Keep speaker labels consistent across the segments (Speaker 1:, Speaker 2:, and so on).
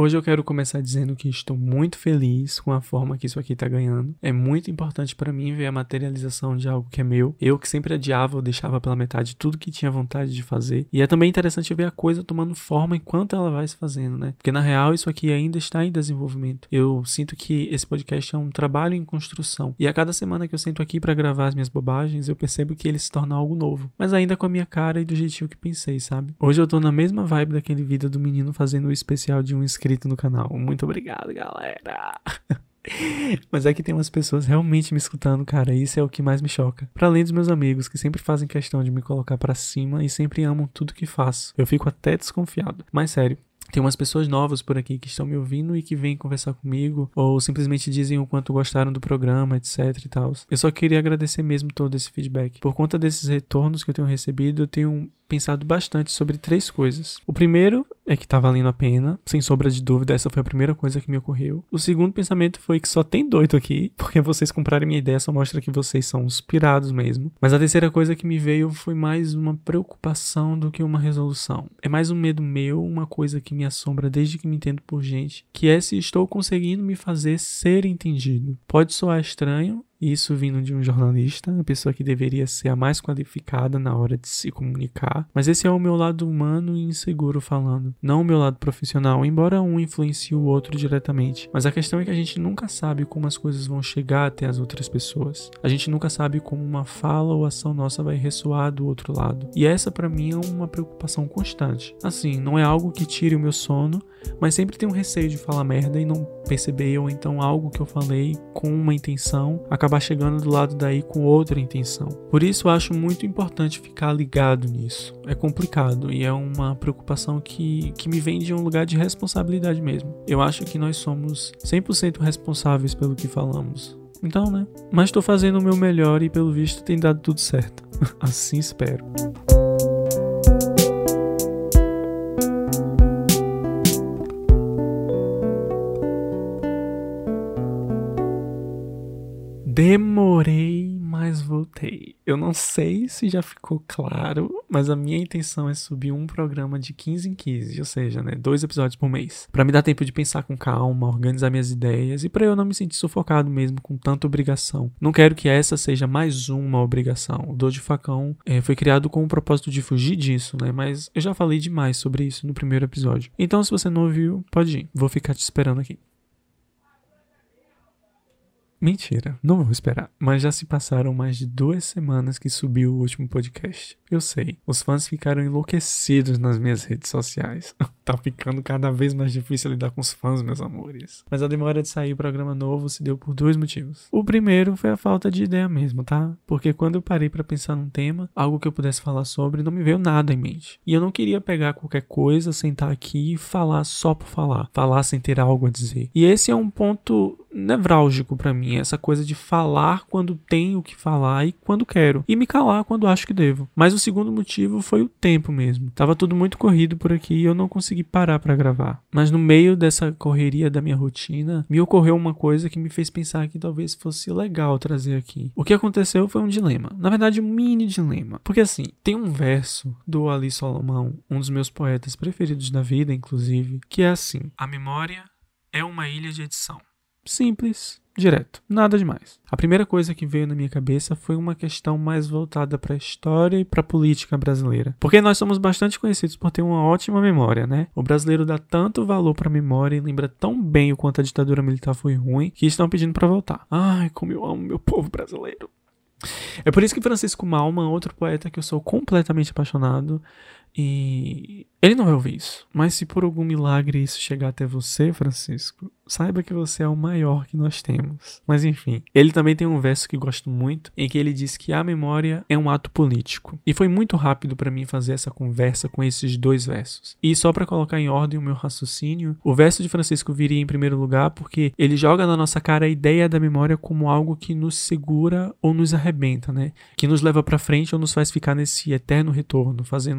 Speaker 1: Hoje eu quero começar dizendo que estou muito feliz com a forma que isso aqui tá ganhando. É muito importante pra mim ver a materialização de algo que é meu. Eu que sempre adiava ou deixava pela metade tudo que tinha vontade de fazer. E é também interessante ver a coisa tomando forma enquanto ela vai se fazendo, né? Porque na real isso aqui ainda está em desenvolvimento. Eu sinto que esse podcast é um trabalho em construção. E a cada semana que eu sento aqui pra gravar as minhas bobagens, eu percebo que ele se torna algo novo. Mas ainda com a minha cara e do jeitinho que pensei, sabe? Hoje eu tô na mesma vibe daquele vídeo do menino fazendo o especial de um inscrito no canal. Muito obrigado, galera! Mas é que tem umas pessoas realmente me escutando, cara, e isso é o que mais me choca. Pra além dos meus amigos, que sempre fazem questão de me colocar pra cima e sempre amam tudo que faço. Eu fico até desconfiado. Mas sério, tem umas pessoas novas por aqui que estão me ouvindo e que vêm conversar comigo, ou simplesmente dizem o quanto gostaram do programa, etc e tal. Eu só queria agradecer mesmo todo esse feedback. Por conta desses retornos que eu tenho recebido, eu tenho pensado bastante sobre 3 coisas. O primeiro é que tá valendo a pena, sem sombra de dúvida, essa foi a primeira coisa que me ocorreu. O segundo pensamento foi que só tem doido aqui, porque vocês comprarem minha ideia só mostra que vocês são uns pirados mesmo. Mas a terceira coisa que me veio foi mais uma preocupação do que uma resolução. É mais um medo meu, uma coisa que me assombra desde que me entendo por gente, que é se estou conseguindo me fazer ser entendido. Pode soar estranho, isso vindo de um jornalista, a pessoa que deveria ser a mais qualificada na hora de se comunicar. Mas esse é o meu lado humano e inseguro falando, não o meu lado profissional, embora um influencie o outro diretamente. Mas a questão é que a gente nunca sabe como as coisas vão chegar até as outras pessoas. A gente nunca sabe como uma fala ou ação nossa vai ressoar do outro lado. E essa pra mim é uma preocupação constante. Assim, não é algo que tire o meu sono, mas sempre tem um receio de falar merda e não perceber, ou então algo que eu falei com uma intenção acabar chegando do lado daí com outra intenção. Por isso eu acho muito importante ficar ligado nisso. É complicado e é uma preocupação que me vem de um lugar de responsabilidade mesmo. Eu acho que nós somos 100% responsáveis pelo que falamos. Então, né? Mas tô fazendo o meu melhor e pelo visto tem dado tudo certo. Assim espero. Demorei, mas voltei. Eu não sei se já ficou claro, mas a minha intenção é subir um programa de 15 em 15, ou seja, né, 2 episódios por mês. Pra me dar tempo de pensar com calma, organizar minhas ideias e pra eu não me sentir sufocado mesmo com tanta obrigação. Não quero que essa seja mais uma obrigação. O Dor de Facão foi criado com o propósito de fugir disso, né, mas eu já falei demais sobre isso no primeiro episódio. Então, se você não ouviu, pode ir. Vou ficar te esperando aqui. Mentira, não vou esperar. Mas já se passaram mais de 2 semanas que subiu o último podcast. Eu sei, os fãs ficaram enlouquecidos nas minhas redes sociais. Tá ficando cada vez mais difícil lidar com os fãs, meus amores. Mas a demora de sair o programa novo se deu por 2 motivos. O primeiro foi a falta de ideia mesmo, tá? Porque quando eu parei pra pensar num tema, algo que eu pudesse falar sobre, não me veio nada em mente. E eu não queria pegar qualquer coisa, sentar aqui e falar só por falar. Falar sem ter algo a dizer. E esse é um ponto nevrálgico pra mim, essa coisa de falar quando tenho o que falar e quando quero, e me calar quando acho que devo. Mas o segundo motivo foi o tempo mesmo. Tava tudo muito corrido por aqui e eu não consegui parar pra gravar. Mas no meio dessa correria da minha rotina, me ocorreu uma coisa que me fez pensar que talvez fosse legal trazer aqui. O que aconteceu foi um dilema, na verdade um mini dilema, porque assim, tem um verso do Ali Solomão, um dos meus poetas preferidos da vida, inclusive, que é assim: a memória é uma ilha de edição. Simples, direto, nada demais. A primeira coisa que veio na minha cabeça foi uma questão mais voltada para a história e para a política brasileira. Porque nós somos bastante conhecidos por ter uma ótima memória, né? O brasileiro dá tanto valor para a memória e lembra tão bem o quanto a ditadura militar foi ruim que estão pedindo para voltar. Ai, como eu amo meu povo brasileiro. É por isso que Francisco Malman, outro poeta que eu sou completamente apaixonado, e ele não vai ouvir isso, mas se por algum milagre isso chegar até você, Francisco, saiba que você é o maior que nós temos. Mas enfim, ele também tem um verso que gosto muito, em que ele diz que a memória é um ato político. E foi muito rápido pra mim fazer essa conversa com esses 2 versos. E só pra colocar em ordem o meu raciocínio, o verso de Francisco viria em primeiro lugar porque ele joga na nossa cara a ideia da memória como algo que nos segura ou nos arrebenta, né? Que nos leva pra frente ou nos faz ficar nesse eterno retorno, fazendo uma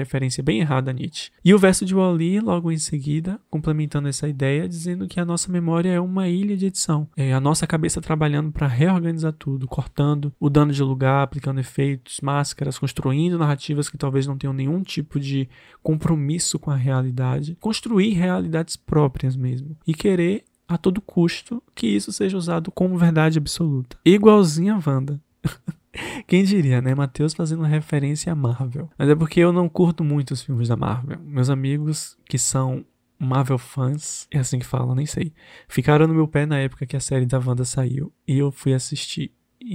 Speaker 1: referência bem errada a Nietzsche. E o verso de Wall-E, logo em seguida, complementando essa ideia, dizendo que a nossa memória é uma ilha de edição. É a nossa cabeça trabalhando para reorganizar tudo, cortando, mudando de lugar, aplicando efeitos, máscaras, construindo narrativas que talvez não tenham nenhum tipo de compromisso com a realidade, construir realidades próprias mesmo e querer a todo custo que isso seja usado como verdade absoluta. Igualzinho a Wanda. Quem diria, né? Matheus fazendo referência a Marvel. Mas é porque eu não curto muito os filmes da Marvel. Meus amigos que são Marvel fãs, é assim que fala, nem sei, ficaram no meu pé na época que a série da Wanda saiu. E eu fui assistir.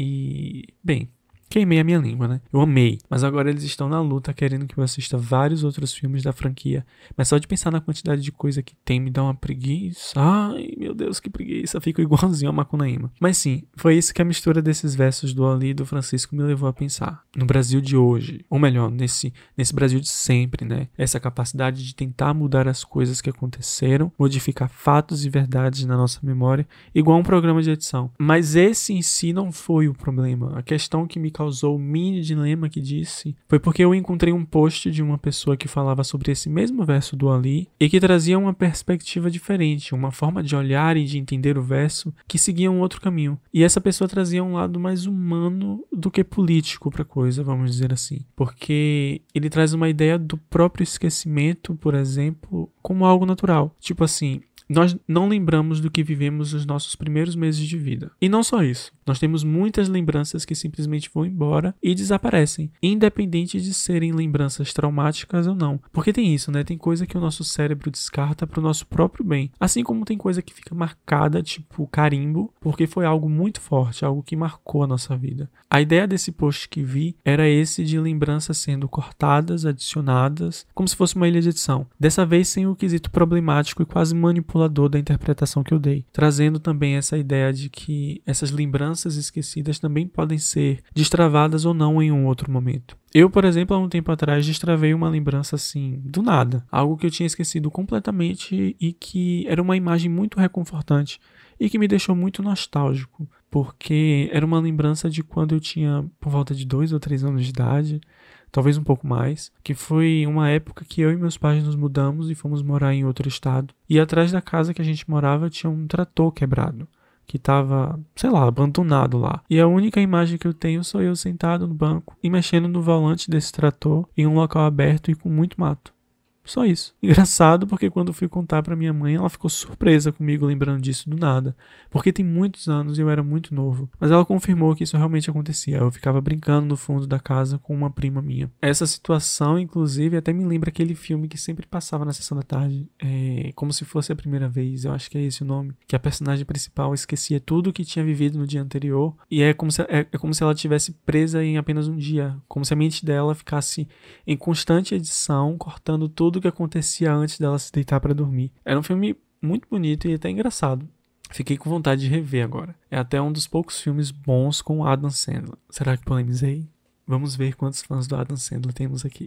Speaker 1: E, bem, queimei a minha língua, né? Eu amei. Mas agora eles estão na luta querendo que eu assista vários outros filmes da franquia. Mas só de pensar na quantidade de coisa que tem me dá uma preguiça. Ai, meu Deus, que preguiça. Fico igualzinho a Macunaíma. Mas sim, foi isso que a mistura desses versos do Ali e do Francisco me levou a pensar. No Brasil de hoje, ou melhor, nesse Brasil de sempre, né? Essa capacidade de tentar mudar as coisas que aconteceram, modificar fatos e verdades na nossa memória, igual um programa de edição. Mas esse em si não foi o problema. A questão que me causou o mini dilema que disse foi porque eu encontrei um post de uma pessoa que falava sobre esse mesmo verso do Ali e que trazia uma perspectiva diferente, uma forma de olhar e de entender o verso que seguia um outro caminho. E essa pessoa trazia um lado mais humano do que político para a coisa, vamos dizer assim. Porque ele traz uma ideia do próprio esquecimento, por exemplo, como algo natural. Tipo assim, nós não lembramos do que vivemos nos nossos primeiros meses de vida. E não só isso. Nós temos muitas lembranças que simplesmente vão embora e desaparecem, independente de serem lembranças traumáticas ou não. Porque tem isso, né? Tem coisa que o nosso cérebro descarta pro nosso próprio bem. Assim como tem coisa que fica marcada, tipo carimbo, porque foi algo muito forte, algo que marcou a nossa vida. A ideia desse post que vi era esse de lembranças sendo cortadas, adicionadas, como se fosse uma ilha de edição. Dessa vez sem o quesito problemático e quase manipulador da interpretação que eu dei. Trazendo também essa ideia de que essas lembranças esquecidas também podem ser destravadas ou não em um outro momento. Eu, por exemplo, há um tempo atrás destravei uma lembrança assim, do nada. Algo que eu tinha esquecido completamente e que era uma imagem muito reconfortante e que me deixou muito nostálgico, porque era uma lembrança de quando eu tinha por volta de 2 ou 3 anos de idade, talvez um pouco mais, que foi uma época que eu e meus pais nos mudamos e fomos morar em outro estado. E atrás da casa que a gente morava tinha um trator quebrado, que tava, sei lá, abandonado lá. E a única imagem que eu tenho sou eu sentado no banco e mexendo no volante desse trator em um local aberto e com muito mato. Só isso. Engraçado porque quando eu fui contar pra minha mãe, ela ficou surpresa comigo lembrando disso do nada. Porque tem muitos anos e eu era muito novo. Mas ela confirmou que isso realmente acontecia. Eu ficava brincando no fundo da casa com uma prima minha. Essa situação, inclusive, até me lembra aquele filme que sempre passava na sessão da tarde. Como se fosse a primeira vez. Eu acho que é esse o nome. Que a personagem principal esquecia tudo o que tinha vivido no dia anterior. E é como se ela estivesse presa em apenas um dia. Como se a mente dela ficasse em constante edição, cortando tudo o que acontecia antes dela se deitar para dormir. Era um filme muito bonito e até engraçado. Fiquei com vontade de rever agora. É até um dos poucos filmes bons com o Adam Sandler. Será que polemizei? Vamos ver quantos fãs do Adam Sandler temos aqui.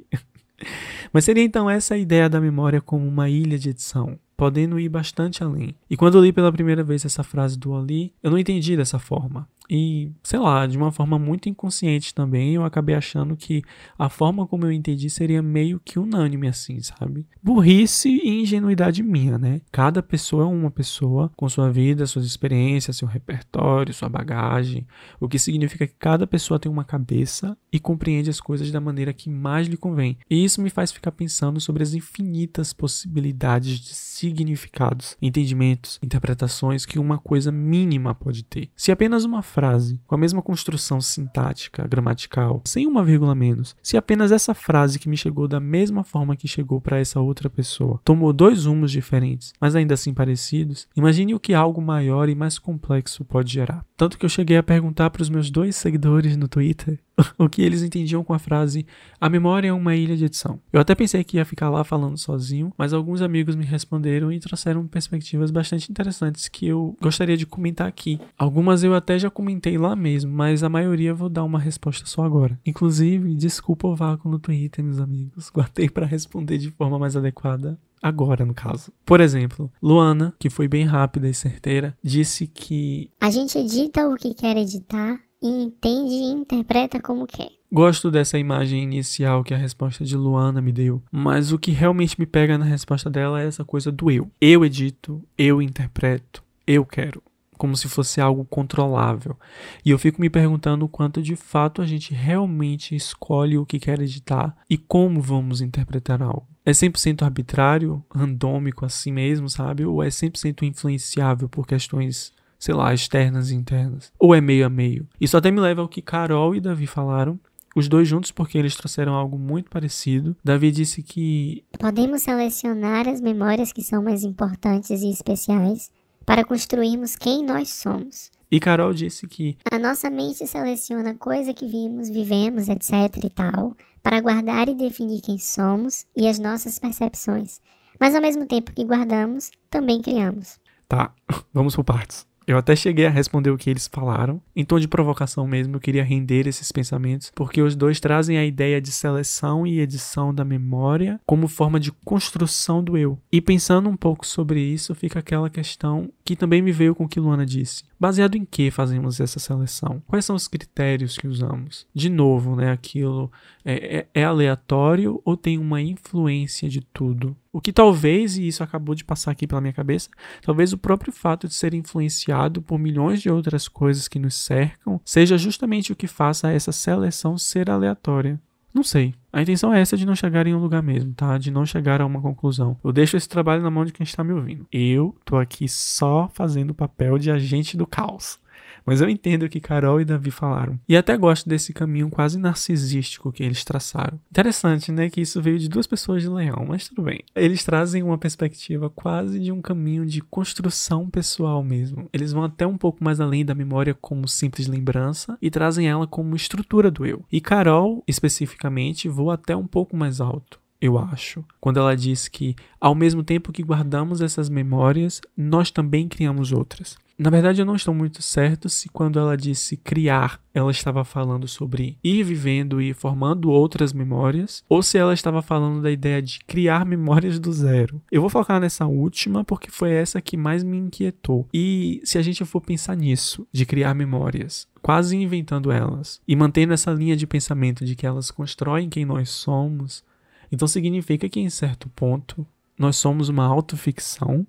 Speaker 1: Mas seria então essa a ideia da memória como uma ilha de edição, podendo ir bastante além. E quando eu li pela primeira vez essa frase do Ali, eu não entendi dessa forma. E, sei lá, de uma forma muito inconsciente também, eu acabei achando que a forma como eu entendi seria meio que unânime assim, sabe? Burrice e ingenuidade minha, né? Cada pessoa é uma pessoa com sua vida, suas experiências, seu repertório, sua bagagem, o que significa que cada pessoa tem uma cabeça e compreende as coisas da maneira que mais lhe convém. E isso me faz ficar pensando sobre as infinitas possibilidades de significados, entendimentos, interpretações que uma coisa mínima pode ter. Se apenas uma frase, com a mesma construção sintática, gramatical, sem uma vírgula a menos, se apenas essa frase que me chegou da mesma forma que chegou para essa outra pessoa, tomou 2 rumos diferentes, mas ainda assim parecidos, imagine o que algo maior e mais complexo pode gerar. Tanto que eu cheguei a perguntar para os meus 2 seguidores no Twitter o que eles entendiam com a frase "a memória é uma ilha de edição". Eu até pensei que ia ficar lá falando sozinho, mas alguns amigos me responderam e trouxeram perspectivas bastante interessantes que eu gostaria de comentar aqui. Algumas eu até já comentei lá mesmo, mas a maioria eu vou dar uma resposta só agora. Inclusive, desculpa o vácuo no Twitter, meus amigos. Guardei para responder de forma mais adequada agora, no caso. Por exemplo, Luana, que foi bem rápida e certeira, disse que
Speaker 2: a gente edita o que quer editar e entende e interpreta como quer.
Speaker 1: Gosto dessa imagem inicial que a resposta de Luana me deu, mas o que realmente me pega na resposta dela é essa coisa do eu. Eu edito, eu interpreto, eu quero, como se fosse algo controlável. E eu fico me perguntando o quanto de fato a gente realmente escolhe o que quer editar e como vamos interpretar algo. É 100% arbitrário, randômico assim mesmo, sabe? Ou é 100% influenciável por questões, sei lá, externas e internas? Ou é meio a meio? Isso até me leva ao que Carol e Davi falaram, os dois juntos, porque eles trouxeram algo muito parecido. Davi disse que
Speaker 2: podemos selecionar as memórias que são mais importantes e especiais para construirmos quem nós somos.
Speaker 1: E Carol disse que
Speaker 2: a nossa mente seleciona coisa que vimos, vivemos, etc e tal, para guardar e definir quem somos e as nossas percepções. Mas ao mesmo tempo que guardamos, também criamos.
Speaker 1: Tá, vamos por partes. Eu até cheguei a responder o que eles falaram. Em tom de provocação mesmo, eu queria render esses pensamentos, porque os dois trazem a ideia de seleção e edição da memória como forma de construção do eu. E pensando um pouco sobre isso, fica aquela questão que também me veio com o que Luana disse. Baseado em que fazemos essa seleção? Quais são os critérios que usamos? De novo, né, aquilo é aleatório ou tem uma influência de tudo? O que talvez, e isso acabou de passar aqui pela minha cabeça, talvez o próprio fato de ser influenciado por milhões de outras coisas que nos cercam, seja justamente o que faça essa seleção ser aleatória. Não sei. A intenção é essa de não chegar em um lugar mesmo, tá? De não chegar a uma conclusão. Eu deixo esse trabalho na mão de quem está me ouvindo. Eu tô aqui só fazendo o papel de agente do caos. Mas eu entendo o que Carol e Davi falaram. E até gosto desse caminho quase narcisístico que eles traçaram. Interessante, né? Que isso veio de duas pessoas de Leão, mas tudo bem. Eles trazem uma perspectiva quase de um caminho de construção pessoal mesmo. Eles vão até um pouco mais além da memória como simples lembrança e trazem ela como estrutura do eu. E Carol, especificamente, voa até um pouco mais alto, eu acho, quando ela diz que, ao mesmo tempo que guardamos essas memórias, nós também criamos outras. Na verdade, eu não estou muito certo se quando ela disse criar, ela estava falando sobre ir vivendo e formando outras memórias, ou se ela estava falando da ideia de criar memórias do zero. Eu vou focar nessa última porque foi essa que mais me inquietou. E se a gente for pensar nisso, de criar memórias, quase inventando elas, e mantendo essa linha de pensamento de que elas constroem quem nós somos, então significa que em certo ponto nós somos uma autoficção?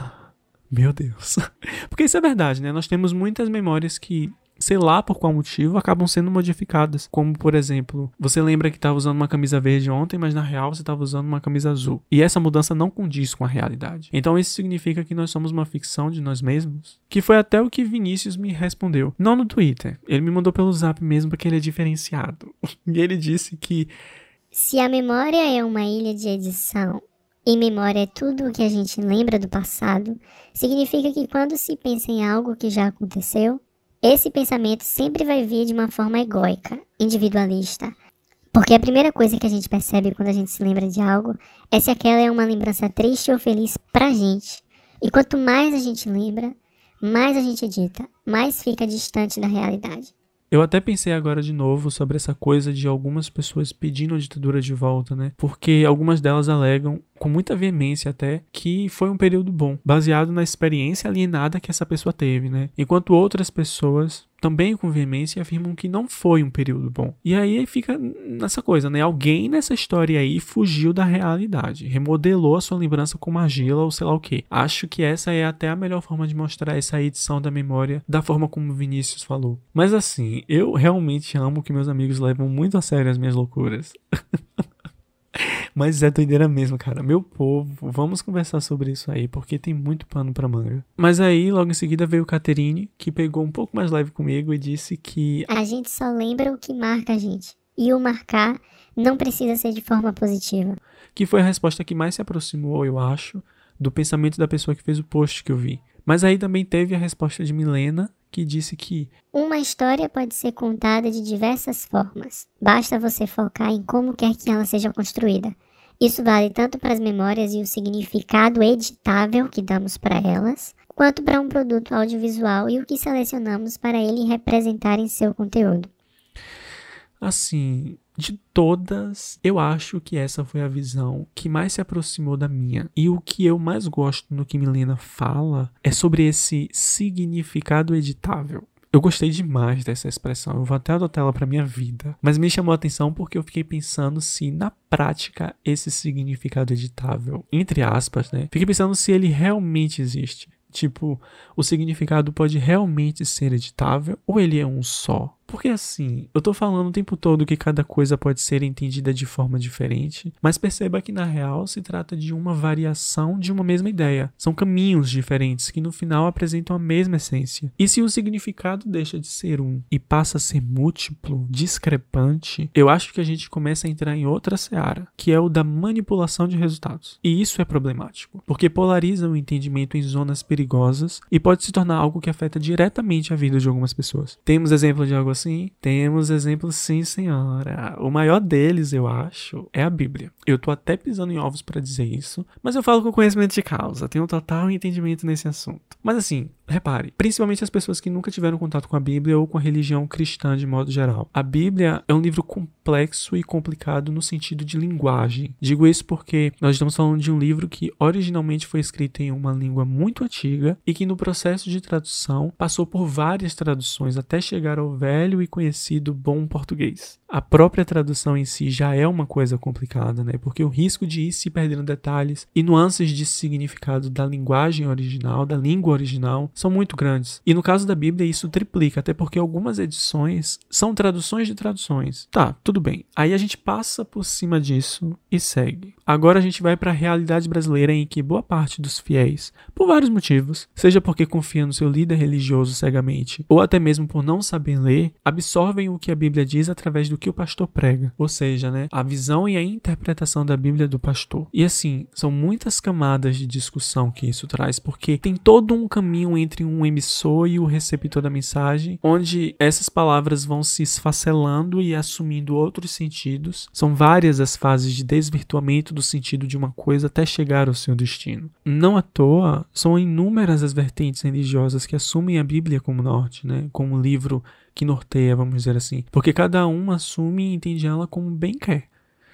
Speaker 1: Meu Deus. Porque isso é verdade, né? Nós temos muitas memórias que, sei lá por qual motivo, acabam sendo modificadas. Como, por exemplo, você lembra que estava usando uma camisa verde ontem, mas na real você estava usando uma camisa azul. E essa mudança não condiz com a realidade. Então isso significa que nós somos uma ficção de nós mesmos? Que foi até o que Vinícius me respondeu. Não no Twitter. Ele me mandou pelo Zap mesmo porque ele é diferenciado. E ele disse que
Speaker 2: se a memória é uma ilha de edição e memória é tudo o que a gente lembra do passado, significa que quando se pensa em algo que já aconteceu, esse pensamento sempre vai vir de uma forma egóica, individualista. Porque a primeira coisa que a gente percebe quando a gente se lembra de algo é se aquela é uma lembrança triste ou feliz pra gente. E quanto mais a gente lembra, mais a gente edita, mais fica distante da realidade.
Speaker 1: Eu até pensei agora de novo sobre essa coisa de algumas pessoas pedindo a ditadura de volta, né? Porque algumas delas alegam, com muita veemência até, que foi um período bom, baseado na experiência alienada que essa pessoa teve, né? Enquanto outras pessoas, também com veemência, afirmam que não foi um período bom. E aí fica nessa coisa, né? Alguém nessa história aí fugiu da realidade, remodelou a sua lembrança com argila ou sei lá o quê. Acho que essa é até a melhor forma de mostrar essa edição da memória da forma como o Vinícius falou. Mas assim, eu realmente amo que meus amigos levam muito a sério as minhas loucuras. Mas é doideira mesmo, cara. Meu povo, vamos conversar sobre isso aí, porque tem muito pano pra manga. Mas aí, logo em seguida, veio Caterine, que pegou um pouco mais leve comigo e disse que
Speaker 2: a gente só lembra o que marca a gente. E o marcar não precisa ser de forma positiva.
Speaker 1: Que foi a resposta que mais se aproximou, eu acho, do pensamento da pessoa que fez o post que eu vi. Mas aí também teve a resposta de Milena, que disse que
Speaker 2: uma história pode ser contada de diversas formas. Basta você focar em como quer que ela seja construída. Isso vale tanto para as memórias e o significado editável que damos para elas, quanto para um produto audiovisual e o que selecionamos para ele representar em seu conteúdo.
Speaker 1: Assim, de todas, eu acho que essa foi a visão que mais se aproximou da minha. E o que eu mais gosto no que Milena fala é sobre esse significado editável. Eu gostei demais dessa expressão, eu vou até adotar ela pra minha vida. Mas me chamou a atenção porque eu fiquei pensando se na prática esse significado editável, entre aspas, né? Fiquei pensando se ele realmente existe. Tipo, o significado pode realmente ser editável ou ele é um só? Porque assim, eu tô falando o tempo todo que cada coisa pode ser entendida de forma diferente, mas perceba que na real se trata de uma variação de uma mesma ideia. São caminhos diferentes que no final apresentam a mesma essência. E se o significado deixa de ser um e passa a ser múltiplo, discrepante, eu acho que a gente começa a entrar em outra seara, que é o da manipulação de resultados. E isso é problemático, porque polariza o entendimento em zonas perigosas e pode se tornar algo que afeta diretamente a vida de algumas pessoas. Temos exemplo de algo assim? Temos exemplos sim, senhora. O maior deles, eu acho, é a Bíblia. Eu tô até pisando em ovos pra dizer isso, mas eu falo com conhecimento de causa, tenho um total entendimento nesse assunto. Mas assim, repare, principalmente as pessoas que nunca tiveram contato com a Bíblia ou com a religião cristã de modo geral. A Bíblia é um livro complexo e complicado no sentido de linguagem. Digo isso porque nós estamos falando de um livro que originalmente foi escrito em uma língua muito antiga e que no processo de tradução passou por várias traduções até chegar ao velho e conhecido bom português. A própria tradução em si já é uma coisa complicada, né? Porque o risco de ir se perdendo detalhes e nuances de significado da linguagem original, da língua original, são muito grandes. E no caso da Bíblia isso triplica, até porque algumas edições são traduções de traduções. Tá, tudo bem. Aí a gente passa por cima disso e segue. Agora a gente vai para a realidade brasileira em que boa parte dos fiéis, por vários motivos, seja porque confia no seu líder religioso cegamente, ou até mesmo por não saber ler, absorvem o que a Bíblia diz através do que o pastor prega. Ou seja, né, a visão e a interpretação da Bíblia do pastor. E assim, são muitas camadas de discussão que isso traz, porque tem todo um caminho entre um emissor e o receptor da mensagem, onde essas palavras vão se esfacelando e assumindo outros sentidos. São várias as fases de desvirtuamento do sentido de uma coisa até chegar ao seu destino. Não à toa, são inúmeras as vertentes religiosas que assumem a Bíblia como norte, né, como um livro que norteia, vamos dizer assim, porque cada um assume e entende ela como bem quer.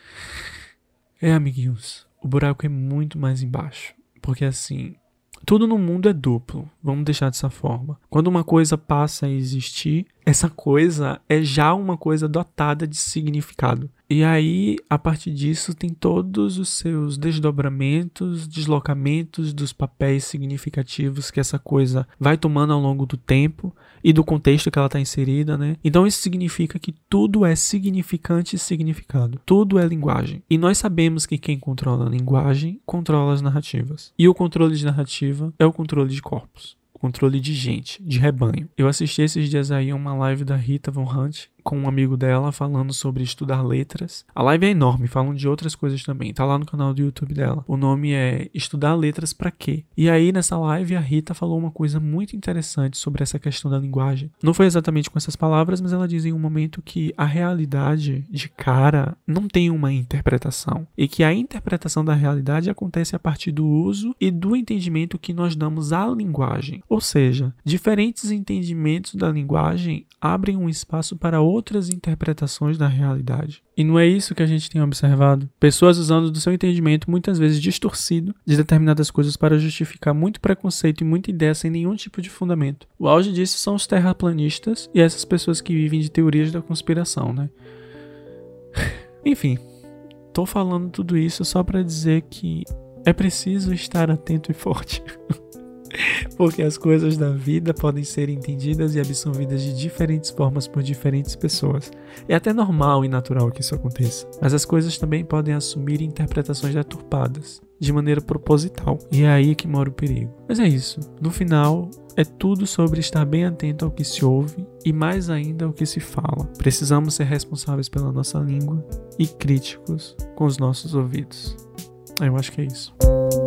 Speaker 1: Amiguinhos, o buraco é muito mais embaixo, porque assim, tudo no mundo é duplo, vamos deixar dessa forma. Quando uma coisa passa a existir, essa coisa é já uma coisa dotada de significado. E aí, a partir disso, tem todos os seus desdobramentos, deslocamentos dos papéis significativos que essa coisa vai tomando ao longo do tempo e do contexto que ela está inserida, né? Então isso significa que tudo é significante e significado. Tudo é linguagem. E nós sabemos que quem controla a linguagem, controla as narrativas. E o controle de narrativa é o controle de corpos. O controle de gente, de rebanho. Eu assisti esses dias aí a uma live da Rita Von Hunt com um amigo dela falando sobre estudar letras. A live é enorme, falam de outras coisas também. Tá lá no canal do YouTube dela. O nome é Estudar Letras Pra Quê? E aí nessa live a Rita falou uma coisa muito interessante sobre essa questão da linguagem. Não foi exatamente com essas palavras, mas ela diz em um momento que a realidade de cara não tem uma interpretação. E que a interpretação da realidade acontece a partir do uso e do entendimento que nós damos à linguagem. Ou seja, diferentes entendimentos da linguagem abrem um espaço para outras interpretações da realidade. E não é isso que a gente tem observado? Pessoas usando do seu entendimento, muitas vezes distorcido, de determinadas coisas para justificar muito preconceito e muita ideia sem nenhum tipo de fundamento. O auge disso são os terraplanistas e essas pessoas que vivem de teorias da conspiração, né? Enfim, tô falando tudo isso só para dizer que é preciso estar atento e forte. Porque as coisas da vida podem ser entendidas e absorvidas de diferentes formas por diferentes pessoas. É até normal e natural que isso aconteça. Mas as coisas também podem assumir interpretações deturpadas, de maneira proposital. E é aí que mora o perigo. Mas é isso. No final, é tudo sobre estar bem atento ao que se ouve e mais ainda ao que se fala. Precisamos ser responsáveis pela nossa língua e críticos com os nossos ouvidos. Eu acho que é isso.